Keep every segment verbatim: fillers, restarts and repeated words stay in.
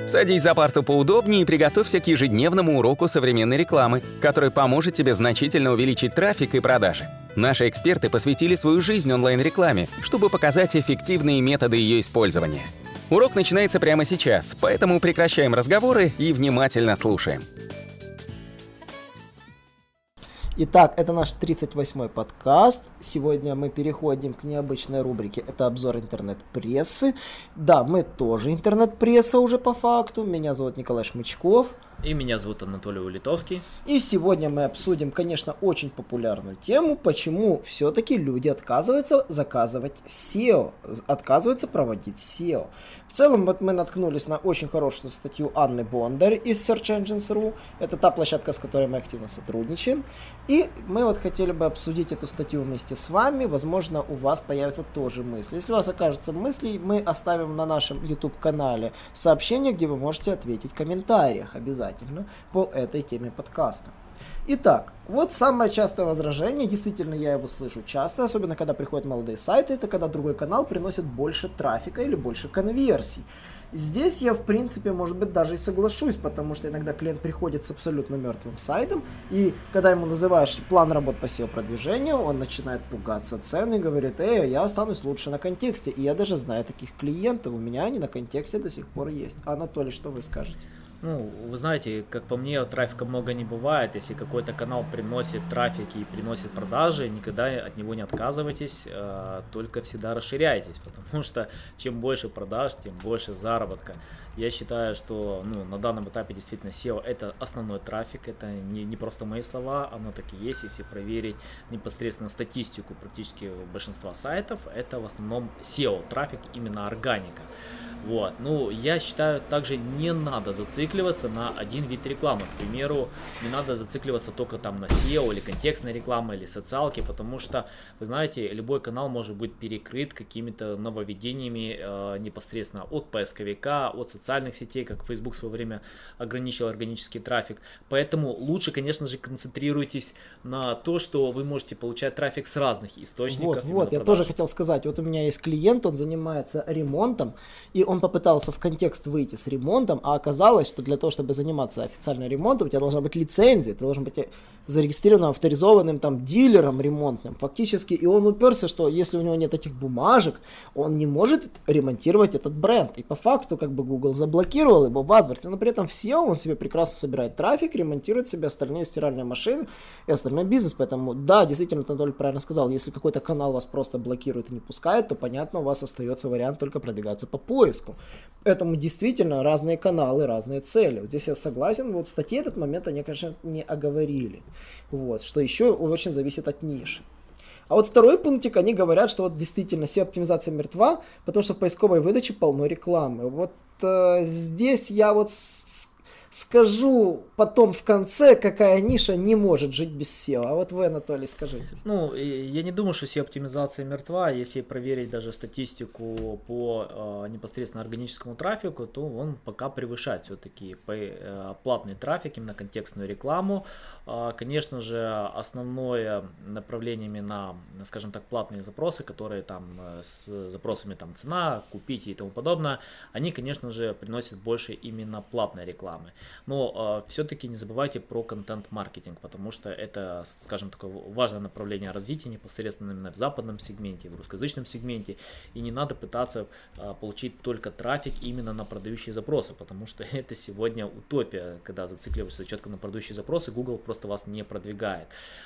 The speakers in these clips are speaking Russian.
Садись за парту поудобнее и приготовься к ежедневному уроку современной рекламы, который поможет тебе значительно увеличить трафик и продажи. Наши эксперты посвятили свою жизнь онлайн-рекламе, чтобы показать эффективные методы ее использования. Урок начинается прямо сейчас, поэтому прекращаем разговоры и внимательно слушаем. Итак, это наш тридцать восьмой подкаст. Сегодня мы переходим к необычной рубрике. Это обзор интернет-прессы. Да, мы тоже интернет-пресса уже по факту. Меня зовут Николай Шмычков. И меня зовут Анатолий Улитовский. И сегодня мы обсудим, конечно, очень популярную тему, почему все-таки люди отказываются заказывать сео, отказываются проводить сео. В целом, вот мы наткнулись на очень хорошую статью Анны Бондарь из Search Engines точка ру. Это та площадка, с которой мы активно сотрудничаем. И мы вот хотели бы обсудить эту статью вместе с вами. Возможно, у вас появятся тоже мысли. Если у вас окажется мысли, мы оставим на нашем YouTube-канале сообщение, где вы можете ответить в комментариях обязательно по этой теме подкаста. Итак, вот самое частое возражение, действительно я его слышу часто, особенно когда приходят молодые сайты, это когда другой канал приносит больше трафика или больше конверсий. Здесь я, в принципе, может быть, даже и соглашусь, потому что иногда клиент приходит с абсолютно мертвым сайтом, и когда ему называешь план работ по сео-продвижению, он начинает пугаться цены и говорит: эй, я останусь лучше на контексте. И я даже знаю таких клиентов, у меня они на контексте до сих пор есть. Анатолий, что вы скажете? Ну, вы знаете, как по мне, трафика много не бывает. Если какой-то канал приносит трафик и приносит продажи, никогда от него не отказывайтесь, только всегда расширяйтесь, потому что чем больше продаж, тем больше заработка. Я считаю, что ну, на данном этапе действительно сео это основной трафик, это не, не просто мои слова, оно так и есть. Если проверить непосредственно статистику практически большинства сайтов, это в основном сео трафик, именно органика. Вот. Ну, я считаю, также не надо зацикливаться на один вид рекламы. К примеру, не надо зацикливаться только там на сео или контекстной рекламы или социалки, потому что, вы знаете, любой канал может быть перекрыт какими-то нововведениями э, непосредственно от поисковика, от социальных сетей, как Facebook в свое время ограничил органический трафик. Поэтому лучше, конечно же, концентрируйтесь на то, что вы можете получать трафик с разных источников. Вот, вот, я тоже хотел сказать, вот у меня есть клиент, он занимается ремонтом, и он попытался в контекст выйти с ремонтом, а оказалось, что для того, чтобы заниматься официальным ремонтом, у тебя должна быть лицензия, ты должен быть зарегистрированным, авторизованным там дилером ремонтным, фактически, и он уперся, что если у него нет этих бумажек, он не может ремонтировать этот бренд, и по факту как бы Google заблокировал его в AdWords, но при этом в сео он себе прекрасно собирает трафик, ремонтирует себе остальные стиральные машины и остальной бизнес, поэтому да, действительно, Анатолий правильно сказал, если какой-то канал вас просто блокирует и не пускает, то понятно, у вас остается вариант только продвигаться по поиску. Поэтому действительно разные каналы, разные цели. Вот здесь я согласен, вот в статье этот момент они, конечно, не оговорили. Вот, что еще очень зависит от ниши. А вот второй пунктик, они говорят, что вот действительно сео-оптимизация мертва, потому что в поисковой выдаче полно рекламы. Вот э, здесь я вот с- скажу потом в конце, какая ниша не может жить без сео. А вот вы, Анатолий, скажите. Ну, я не думаю, что сео-оптимизация мертва. Если проверить даже статистику по э, непосредственно органическому трафику, то он пока превышает все-таки э, платный трафик, именно контекстную рекламу. Э, конечно же, основное направлениями на, скажем так, платные запросы, которые там э, с запросами там цена, купить и тому подобное, они, конечно же, приносят больше именно платной рекламы. Но э, все-таки не забывайте про контент-маркетинг, потому что это, скажем, такое важное направление развития непосредственно именно в западном сегменте, в русскоязычном сегменте. И не надо пытаться э, получить только трафик именно на продающие запросы, потому что это сегодня утопия, когда зацикливаешься четко на продающие запросы, Google просто вас не продвигает.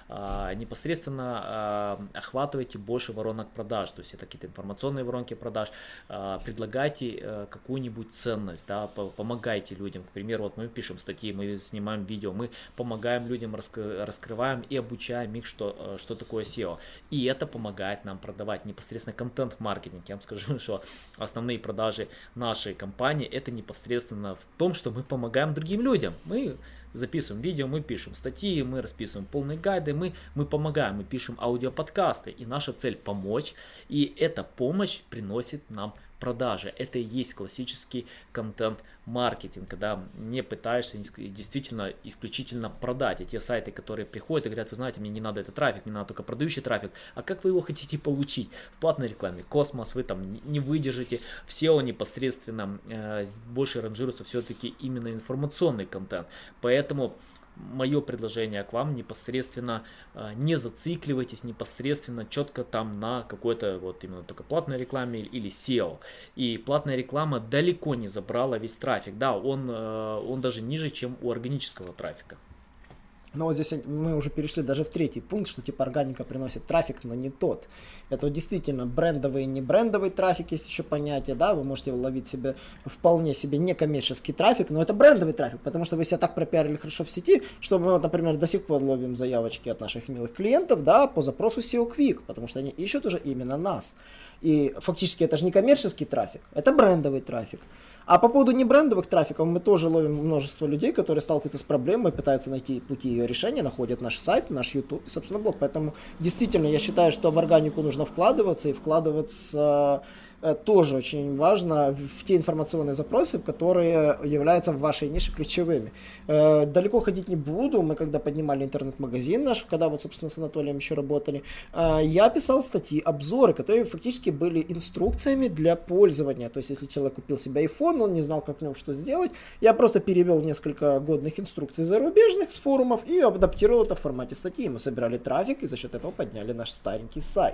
Э, непосредственно э, охватывайте больше воронок продаж, то есть это какие-то информационные воронки продаж, э, предлагайте э, какую-нибудь ценность, да, помогайте людям. К примеру, вот мы пишем статьи, мы снимаем видео, мы помогаем людям, раскрываем и обучаем их, что, что такое сео. И это помогает нам продавать непосредственно контент-маркетинг. Я вам скажу, что основные продажи нашей компании это непосредственно в том, что мы помогаем другим людям. Мы записываем видео, мы пишем статьи, мы расписываем полные гайды, мы, мы помогаем, мы пишем аудиоподкасты. И наша цель помочь, и эта помощь приносит нам продажи. Это и есть классический контент-маркетинг, когда не пытаешься действительно исключительно продать. И те сайты, которые приходят и говорят, вы знаете, мне не надо этот трафик, мне надо только продающий трафик. А как вы его хотите получить? В платной рекламе космос, вы там не выдержите. В сео непосредственно э, больше ранжируется все-таки именно информационный контент. Поэтому мое предложение к вам: непосредственно э, не зацикливайтесь непосредственно четко там на какой-то вот именно только платной рекламе или сео. И платная реклама далеко не забрала весь трафик. Да, он, э, он даже ниже, чем у органического трафика. Но вот здесь мы уже перешли даже в третий пункт, что типа органика приносит трафик, но не тот. Это вот действительно брендовый и не брендовый трафик, есть еще понятие, да, вы можете ловить себе вполне себе некоммерческий трафик, но это брендовый трафик, потому что вы себя так пропиарили хорошо в сети, что мы, вот, например, до сих пор ловим заявочки от наших милых клиентов, да, по запросу сео Quick, потому что они ищут уже именно нас. И фактически это же не коммерческий трафик, это брендовый трафик. А по поводу небрендовых трафиков мы тоже ловим множество людей, которые сталкиваются с проблемой, пытаются найти пути ее решения, находят наш сайт, наш YouTube, собственно, блог. Поэтому действительно я считаю, что в органику нужно вкладываться, и вкладываться тоже очень важно в те информационные запросы, которые являются в вашей нише ключевыми. Далеко ходить не буду. Мы когда поднимали интернет-магазин наш, когда вот, собственно, с Анатолием еще работали, я писал статьи, обзоры, которые фактически были инструкциями для пользования. То есть, если человек купил себе iPhone, он не знал, как в нем что сделать, я просто перевел несколько годных инструкций зарубежных с форумов и адаптировал это в формате статьи. Мы собирали трафик и за счет этого подняли наш старенький сайт.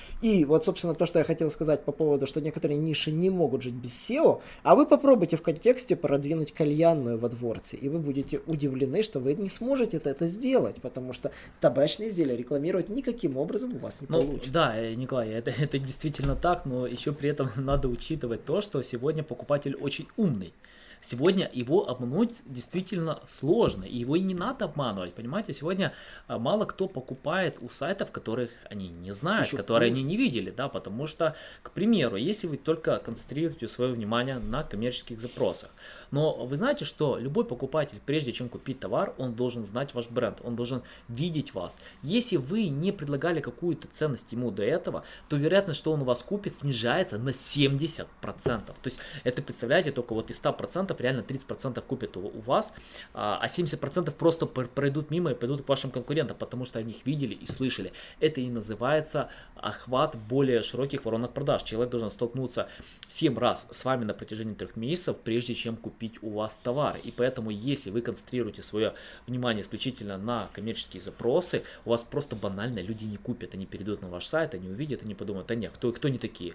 И вот, собственно, то, что я хотел сказать по поводу, что некоторые ниши не могут жить без сео, а вы попробуйте в контексте продвинуть кальянную во дворце, и вы будете удивлены, что вы не сможете это, это сделать, потому что табачные изделия рекламировать никаким образом у вас не ну, получится. Да, Николай, это, это действительно так, но еще при этом надо учитывать то, что сегодня покупатель очень умный. Сегодня его обмануть действительно сложно, и его и не надо обманывать, понимаете? Сегодня мало кто покупает у сайтов, которых они не знают, Еще которые хуже. Они не видели, да, потому что, к примеру, если вы только концентрируете свое внимание на коммерческих запросах, но вы знаете, что любой покупатель, прежде чем купить товар, он должен знать ваш бренд, он должен видеть вас. Если вы не предлагали какую-то ценность ему до этого, то вероятность, что он у вас купит, снижается на семьдесят процентов. То есть это, представляете, только вот из ста процентов реально тридцать процентов купят у, у вас, а семьдесят процентов просто пройдут мимо и пойдут к вашим конкурентам, потому что они их видели и слышали. Это и называется охват более широких воронок продаж. Человек должен столкнуться семь раз с вами на протяжении трех месяцев, прежде чем купить у вас товар. И поэтому, если вы концентрируете свое внимание исключительно на коммерческие запросы, у вас просто банально люди не купят. Они перейдут на ваш сайт, они увидят, они подумают, а нет, кто, кто не такие?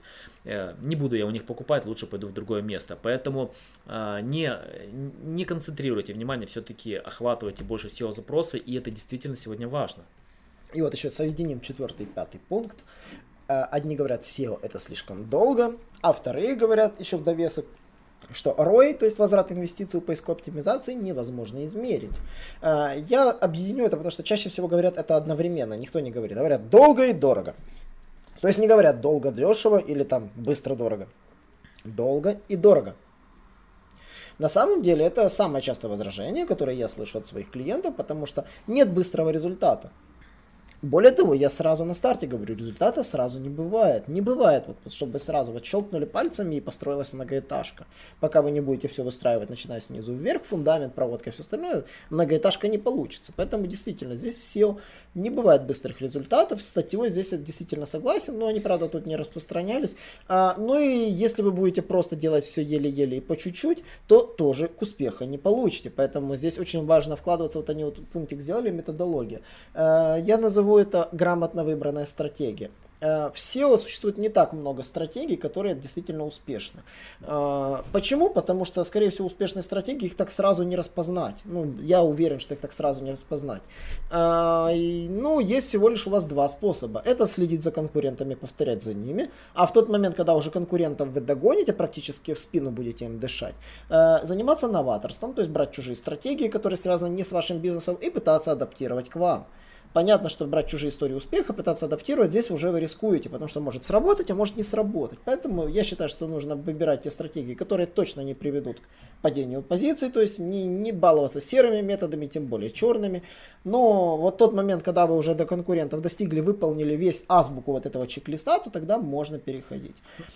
Не буду я у них покупать, лучше пойду в другое место. Поэтому не, не концентрируйте внимание, все-таки охватывайте больше сео-запросы, и это действительно сегодня важно. И вот еще соединим четвертый и пятый пункт. Одни говорят, сео это слишком долго, а вторые говорят еще в довесок, что эр о ай, то есть возврат инвестиций у поисковой оптимизации, невозможно измерить. Я объединю это, потому что чаще всего говорят это одновременно, никто не говорит. Говорят долго и дорого. То есть не говорят долго, дешево или там быстро, дорого. Долго и дорого. На самом деле это самое частое возражение, которое я слышу от своих клиентов, потому что нет быстрого результата. Более того, я сразу на старте говорю, результата сразу не бывает. Не бывает, вот, чтобы сразу вот щелкнули пальцами и построилась многоэтажка. Пока вы не будете все выстраивать, начиная снизу вверх, фундамент, проводка и все остальное, многоэтажка не получится. Поэтому действительно здесь в сео не бывает быстрых результатов. С статьей здесь я действительно согласен, но они, правда, тут не распространялись. А, ну и если вы будете просто делать все еле-еле и по чуть-чуть, то тоже к успеху не получите. Поэтому здесь очень важно вкладываться, вот они вот пунктик сделали, методология. А, я назову это грамотно выбранная стратегия. В сео существует не так много стратегий, которые действительно успешны. Почему? Потому что, скорее всего, успешные стратегии их так сразу не распознать. Ну, я уверен, что их так сразу не распознать. Ну, есть всего лишь у вас два способа. Это следить за конкурентами, повторять за ними. А в тот момент, когда уже конкурентов вы догоните, практически в спину будете им дышать, заниматься новаторством, то есть брать чужие стратегии, которые связаны не с вашим бизнесом, и пытаться адаптировать к вам. Понятно, что брать чужие истории успеха, пытаться адаптировать, здесь уже вы рискуете, потому что может сработать, а может не сработать. Поэтому я считаю, что нужно выбирать те стратегии, которые точно не приведут к падению позиций, то есть не, не баловаться серыми методами, тем более черными. Но вот тот момент, когда вы уже до конкурентов достигли, выполнили весь азбуку вот этого чек-листа, то тогда можно переходить.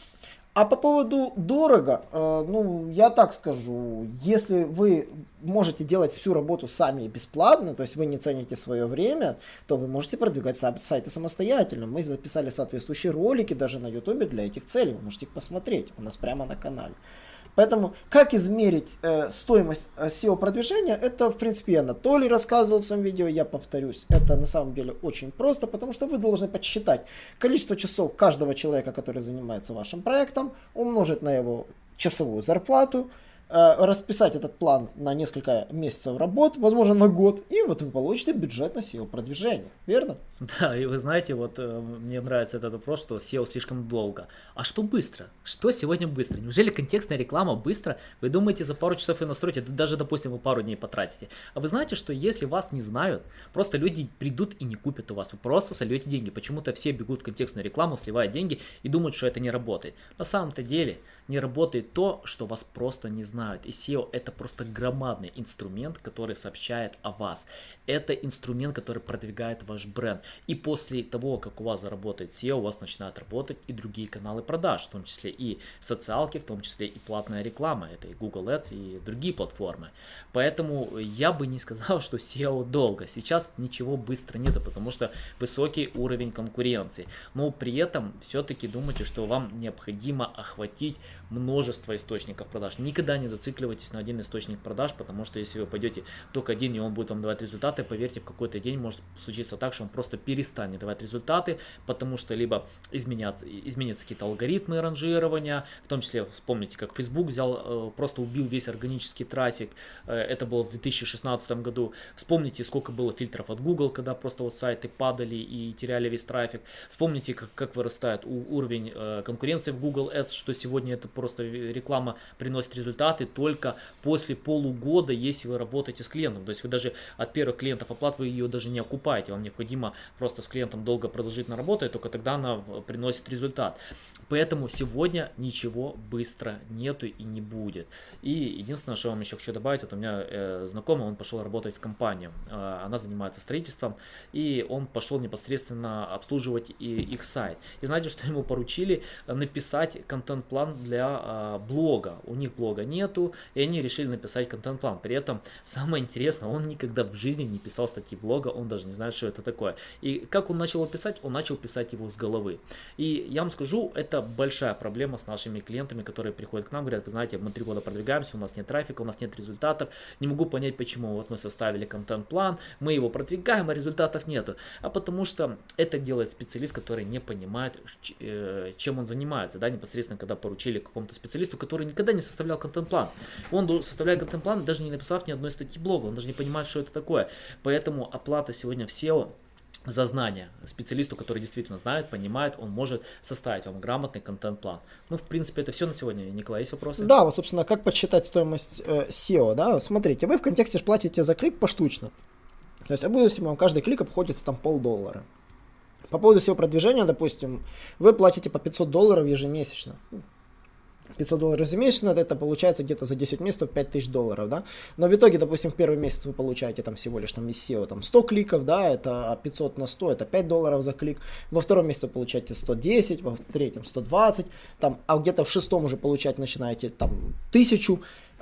А по поводу дорого, э, ну, я так скажу, если вы можете делать всю работу сами бесплатно, то есть вы не цените свое время, то вы можете продвигать сайты самостоятельно. Мы записали соответствующие ролики даже на YouTube для этих целей, вы можете их посмотреть у нас прямо на канале. Поэтому, как измерить э, стоимость эс и о-продвижения, это, в принципе, Анатолий рассказывал в своем видео, я повторюсь. Это на самом деле очень просто, потому что вы должны подсчитать количество часов каждого человека, который занимается вашим проектом, умножить на его часовую зарплату, э, расписать этот план на несколько месяцев работ, возможно, на год, и вот вы получите бюджет на эс и о-продвижение, верно? Да, и вы знаете, вот э, мне нравится этот вопрос, что эс и о слишком долго. А что быстро? Что сегодня быстро? Неужели контекстная реклама быстро? Вы думаете, за пару часов ее настроите, даже, допустим, вы пару дней потратите. А вы знаете, что если вас не знают, просто люди придут и не купят у вас. Вы просто сольете деньги. Почему-то все бегут в контекстную рекламу, сливают деньги и думают, что это не работает. На самом-то деле не работает то, что вас просто не знают. И эс и о это просто громадный инструмент, который сообщает о вас. Это инструмент, который продвигает ваш бренд. И после того, как у вас заработает эс и о, у вас начинают работать и другие каналы продаж, в том числе и социалки, в том числе и платная реклама, это и Google Ads, и другие платформы. Поэтому я бы не сказал, что эс и о долго. Сейчас ничего быстро нет, потому что высокий уровень конкуренции. Но при этом все-таки думайте, что вам необходимо охватить множество источников продаж. Никогда не зацикливайтесь на один источник продаж, потому что если вы пойдете только один, и он будет вам давать результаты, поверьте, в какой-то день может случиться так, что он просто перестанет давать результаты, потому что либо изменятся, изменятся какие-то алгоритмы ранжирования, в том числе вспомните, как Facebook взял, просто убил весь органический трафик, это было в две тысячи шестнадцатом году. Вспомните, сколько было фильтров от Google, когда просто вот сайты падали и теряли весь трафик. Вспомните, как, как вырастает уровень конкуренции в Google Ads, что сегодня это просто реклама приносит результаты только после полугода, если вы работаете с клиентом. То есть вы даже от первых клиентов оплат вы ее даже не окупаете, вам необходимо просто с клиентом долго продолжительно работать, только тогда она приносит результат. Поэтому сегодня ничего быстро нету и не будет. И единственное, что я вам еще хочу добавить, вот у меня э, знакомый, он пошел работать в компанию, э, она занимается строительством, и он пошел непосредственно обслуживать и, их сайт. И знаете, что ему поручили? Написать контент-план для э, блога. У них блога нету, и они решили написать контент-план. При этом самое интересное, он никогда в жизни не писал статьи блога, он даже не знает, что это такое. И как он начал его писать? Он начал писать его с головы. И я вам скажу, это большая проблема с нашими клиентами, которые приходят к нам, говорят, вы знаете, мы три года продвигаемся, у нас нет трафика, у нас нет результатов, не могу понять почему. Вот мы составили контент-план, мы его продвигаем, а результатов нету. А потому что это делает специалист, который не понимает, чем он занимается, да, непосредственно, когда поручили какому-то специалисту, который никогда не составлял контент-план. Он составляет контент-план, даже не написав ни одной статьи блога, он даже не понимает, что это такое. Поэтому оплата сегодня в эс и о за знания. Специалисту, который действительно знает, понимает, он может составить вам грамотный контент-план. Ну, в принципе, это все на сегодня. Николай, есть вопросы? Да, вот, собственно, как подсчитать стоимость э, эс и о, да? Смотрите, вы в контексте платите за клик поштучно. То есть, допустим, вам каждый клик обходится там полдоллара. По поводу эс и о-продвижения, допустим, вы платите по пятьсот долларов ежемесячно. пятьсот долларов ежемесячно, это получается где-то за десять месяцев пять тысяч долларов, да, но в итоге, допустим, в первый месяц вы получаете там всего лишь там из эс и о там сто кликов, да, это пятьсот на сто, это пять долларов за клик, во втором месяце вы получаете сто десять, во третьем сто двадцать, там, а где-то в шестом уже получать начинаете там тысячу,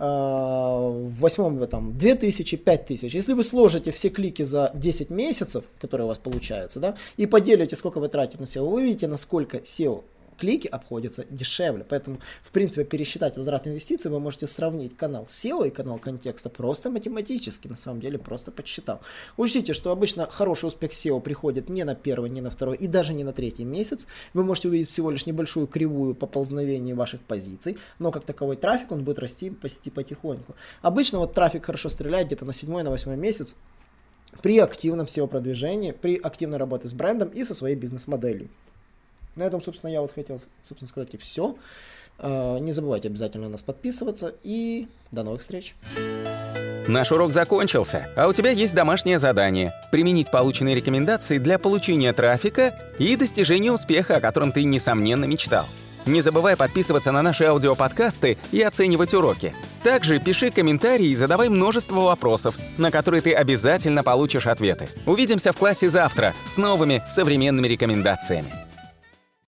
в восьмом вы там две тысячи, пять тысяч. Если вы сложите все клики за десять месяцев, которые у вас получаются, да, и поделите, сколько вы тратите на эс и о, вы увидите, насколько эс и о клики обходятся дешевле. Поэтому, в принципе, пересчитать возврат инвестиций вы можете сравнить канал эс и о и канал контекста просто математически, на самом деле, просто подсчитал. Учтите, что обычно хороший успех эс и о приходит не на первый, не на второй и даже не на третий месяц. Вы можете увидеть всего лишь небольшую кривую поползновения ваших позиций, но как таковой трафик, он будет расти почти потихоньку. Обычно вот трафик хорошо стреляет где-то на седьмой, на восьмой месяц при активном эс и о-продвижении, при активной работе с брендом и со своей бизнес-моделью. На этом, собственно, я вот хотел, собственно, сказать и все. Не забывайте обязательно на нас подписываться и до новых встреч. Наш урок закончился, а у тебя есть домашнее задание – применить полученные рекомендации для получения трафика и достижения успеха, о котором ты, несомненно, мечтал. Не забывай подписываться на наши аудиоподкасты и оценивать уроки. Также пиши комментарии и задавай множество вопросов, на которые ты обязательно получишь ответы. Увидимся в классе завтра с новыми современными рекомендациями.